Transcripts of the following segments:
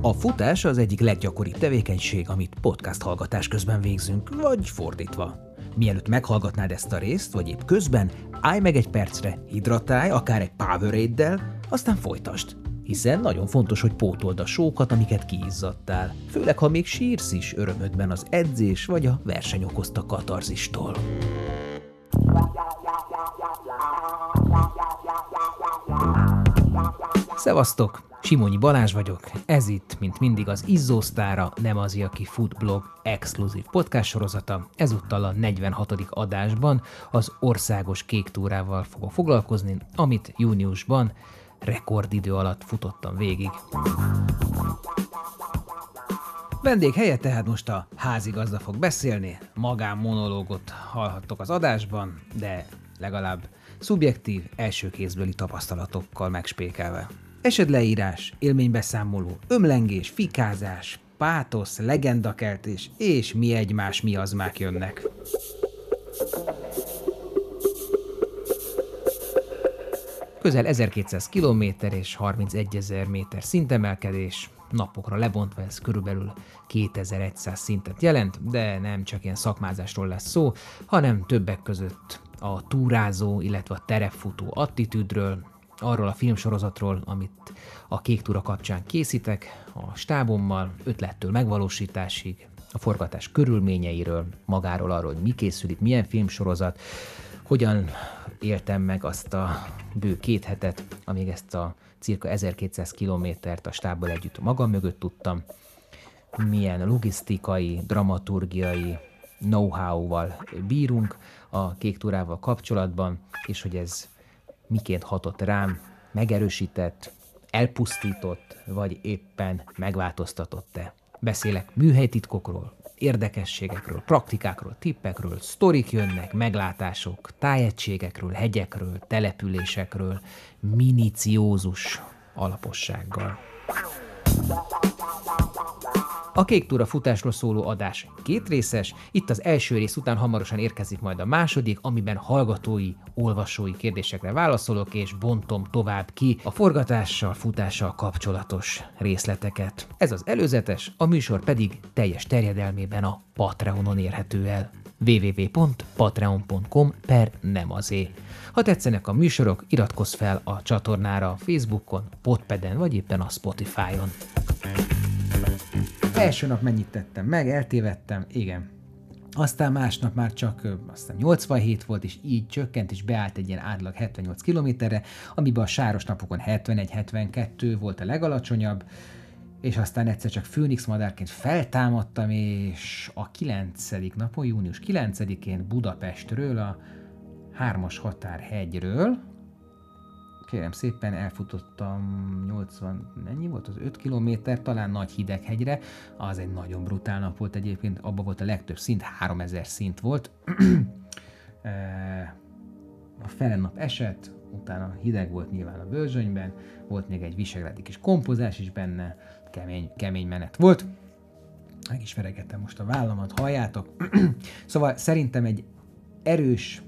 A futás az egyik leggyakoribb tevékenység, amit podcast hallgatás közben végzünk, vagy fordítva. Mielőtt meghallgatnád ezt a részt, vagy épp közben, állj meg egy percre, hidratálj, akár egy Powerade-del, aztán folytasd. Hiszen nagyon fontos, hogy pótold a sókat, amiket kiizzadtál. Főleg, ha még sírsz is örömödben az edzés vagy a verseny okozta katarzistól. Szevasztok! Simonyi Balázs vagyok, ez itt, mint mindig az Izzósztára, nem az, aki fut blog exkluzív podcast sorozata, ezúttal a 46. adásban az országos kék túrával fogok foglalkozni, amit júniusban rekordidő alatt futottam végig. Vendég helyett tehát most a házigazda fog beszélni, magánmonológot hallhattok az adásban, de legalább szubjektív, első kézbeli tapasztalatokkal megspékelve. Esetleírás, élménybeszámoló, ömlengés, fikázás, pátosz, legendakeltés és mi egymás miazmák jönnek. Közel 1200 km és 31 000 méter szintemelkedés, napokra lebontva ez körülbelül 2100 szintet jelent, de nem csak ilyen szakmázásról lesz szó, hanem többek között a túrázó, illetve a terepfutó attitűdről, arról a filmsorozatról, amit a Kék Túra kapcsán készítek, a stábommal, ötlettől megvalósításig, a forgatás körülményeiről, magáról arról, hogy mi készül itt, milyen filmsorozat, hogyan éltem meg azt a bő 2 hetet, amíg ezt a cirka 1200 kilométert a stábbal együtt magam mögött tudtam, milyen logisztikai, dramaturgiai know-how-val bírunk a Kék Túrával kapcsolatban, és hogy ez miként hatott rám, megerősített, elpusztított, vagy éppen megváltoztatott-e. Beszélek műhelytitkokról, érdekességekről, praktikákról, tippekről, sztorik jönnek, meglátások, tájegységekről, hegyekről, településekről, miniciózus alapossággal. A Kék Túra futásról szóló adás 2 részes, itt az első rész után hamarosan érkezik majd a második, amiben hallgatói, olvasói kérdésekre válaszolok, és bontom tovább ki a forgatással, futással kapcsolatos részleteket. Ez az előzetes, a műsor pedig teljes terjedelmében a Patreonon érhető el. www.patreon.com/nemazé. Ha tetszenek a műsorok, iratkozz fel a csatornára a Facebookon, Podpeden vagy éppen a Spotify-on. Első nap mennyit tettem meg, eltévedtem, igen. Aztán másnap már csak 87 volt, és így csökkent, és beállt egy ilyen átlag 78 kilométerre, amiben a sáros napokon 71-72 volt a legalacsonyabb, és aztán egyszer csak főnix madárként feltámadtam, és a 9. napon, június 9-én Budapestről, a 3-as határhegyről, kérem szépen, elfutottam 80, mennyi volt az 5 kilométer, talán Nagy Hideghegyre, az egy nagyon brutál nap volt egyébként, abban volt a legtöbb szint, 3000 szint volt. A fele nap esett, utána hideg volt nyilván a Börzsönyben, volt még egy visegrádi kis kompozás is benne, kemény menet volt. Meg is veregettem most a vállamat, halljátok. Szóval szerintem egy erős,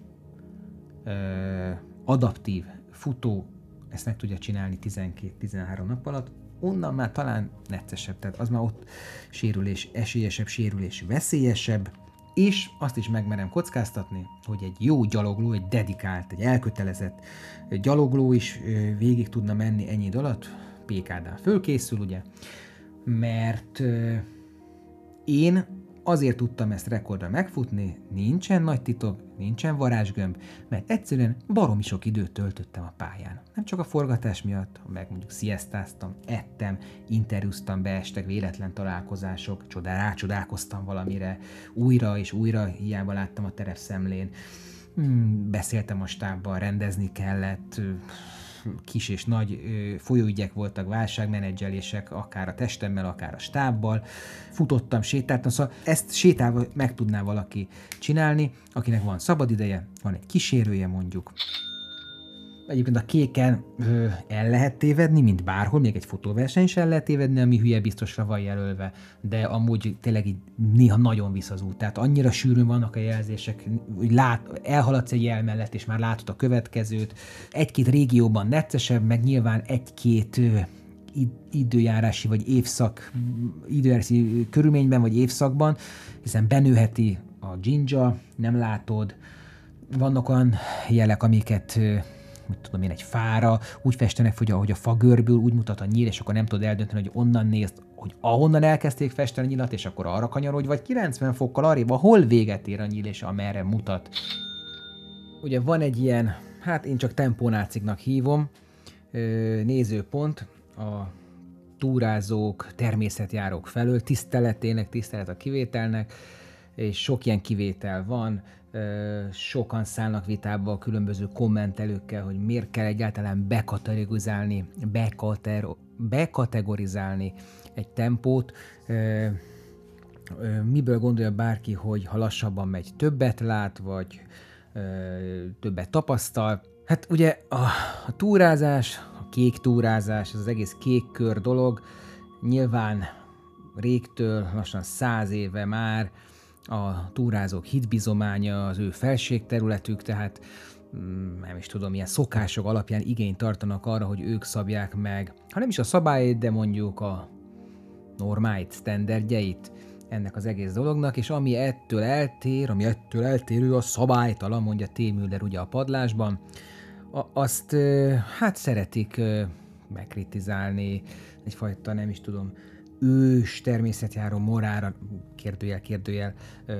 adaptív futó ezt meg tudja csinálni 12-13 nap alatt, onnan már talán neccesebb, tehát az már ott sérülés, esélyesebb, sérülés veszélyesebb, és azt is megmerem kockáztatni, hogy egy jó gyalogló, egy dedikált, egy elkötelezett gyalogló is végig tudna menni ennyi idő alatt, PK-dán fölkészül, ugye, mert én azért tudtam ezt rekordra megfutni, nincsen nagy titok, nincsen varázsgömb, mert egyszerűen baromi sok időt töltöttem a pályán. Nem csak a forgatás miatt, meg mondjuk sziasztáztam, ettem, interjúztam be estek, véletlen találkozások, rácsodálkoztam valamire, újra és újra hiába láttam a terepszemlén, beszéltem a stábbal, rendezni kellett, kis és nagy folyóügyek voltak, válságmenedzselések, akár a testemmel, akár a stábbal. Futottam, sétáltam, szóval ezt sétálva meg tudná valaki csinálni, akinek van szabad ideje, van egy kísérője mondjuk. Egyébként a kéken el lehet tévedni, mint bárhol, még egy fotóverseny is el lehet tévedni, ami hülye biztosra van jelölve, de amúgy tényleg így néha nagyon visz az út. Tehát annyira sűrűn vannak a jelzések, hogy elhaladsz egy jel mellett, és már látod a következőt. Egy-két régióban neccesebb, meg nyilván egy-két időjárási vagy időjárási körülményben vagy évszakban, hiszen benőheti a dzsindzsa, nem látod. Vannak olyan jelek, amiket mit tudom én, egy fára úgy festenek, hogy a fa görbül, úgy mutat a nyíl, és akkor nem tudod eldönteni, hogy onnan nézd, hogy ahonnan elkezdték festeni a nyilat, és akkor arra kanyarodj, vagy 90 fokkal arrébb, hol véget ér a nyíl, és amerre mutat. Ugye van egy ilyen, hát én csak tempónáciknak hívom, nézőpont a túrázók, természetjárók felől, tisztelet a kivételnek, és sok ilyen kivétel van, sokan szállnak vitába a különböző kommentelőkkel, hogy miért kell egyáltalán bekategorizálni egy tempót. Miből gondolja bárki, hogy ha lassabban megy, többet lát, vagy többet tapasztal. Hát ugye a túrázás, a kék túrázás, ez az egész kék kör dolog, nyilván régtől, lassan 100 éve már a túrázók hitbizománya, az ő felségterületük, tehát nem is tudom, ilyen szokások alapján igényt tartanak arra, hogy ők szabják meg, ha nem is a szabályait, de mondjuk a normáit, sztenderdjeit ennek az egész dolognak, és ami ettől eltérő a szabálytalan, mondja T. Müller ugye a Padlásban, azt hát szeretik megkritizálni, egyfajta, nem is tudom, ős természetjáró morára, kérdőjel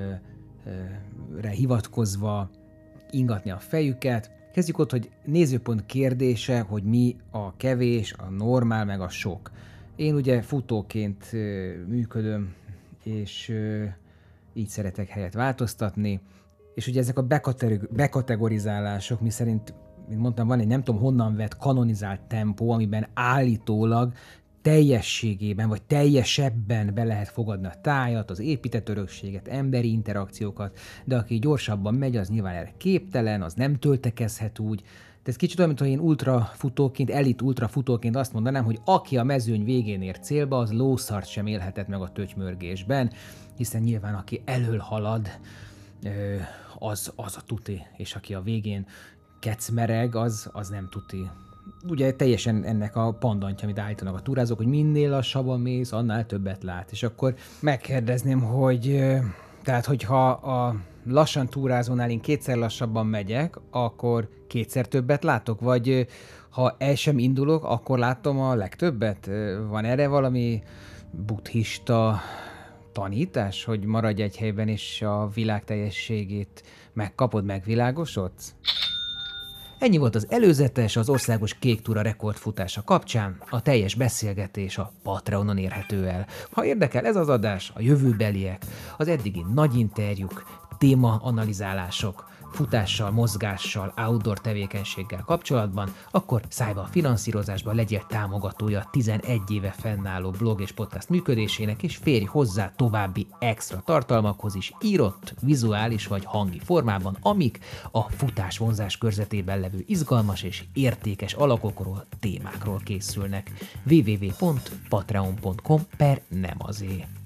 hivatkozva ingatni a fejüket. Kezdjük ott, hogy nézőpont kérdése, hogy mi a kevés, a normál, meg a sok. Én ugye futóként működöm, és így szeretek helyet változtatni, és ugye ezek a bekategorizálások, mi szerint, mint mondtam, van egy nem tudom honnan vett kanonizált tempó, amiben állítólag teljességében, vagy teljesebben be lehet fogadni a tájat, az épített örökséget, emberi interakciókat, de aki gyorsabban megy, az nyilván erre képtelen, az nem töltekezhet úgy. De ez kicsit olyan, mintha én ultrafutóként, elit ultrafutóként azt mondanám, hogy aki a mezőny végén ér célba, az lószart sem élhetett meg a tötymörgésben, hiszen nyilván aki elől halad, az a tuti, és aki a végén kecmereg, az nem tuti. Ugye teljesen ennek a pandantja, amit állítanak a túrázók, hogy minél lassabban mész, annál többet lát. És akkor megkérdezném, hogy tehát, hogyha a lassan túrázónál én kétszer lassabban megyek, akkor kétszer többet látok? Vagy ha el sem indulok, akkor látom a legtöbbet? Van erre valami buddhista tanítás, hogy maradj egy helyben, és a világ teljességét megkapod, megvilágosodsz? Ennyi volt az előzetes, az országos kék túra rekordfutása kapcsán, a teljes beszélgetés a Patreonon érhető el. Ha érdekel ez az adás, a jövőbeliek, az eddigi nagy interjúk, témaanalizálások, futással, mozgással, outdoor tevékenységgel kapcsolatban, akkor szállj be a finanszírozásba, legyél támogatója 11 éve fennálló blog és podcast működésének, és férj hozzá további extra tartalmakhoz is írott, vizuális vagy hangi formában, amik a futás vonzás körzetében levő izgalmas és értékes alakokról, témákról készülnek. www.patreon.com/nemazé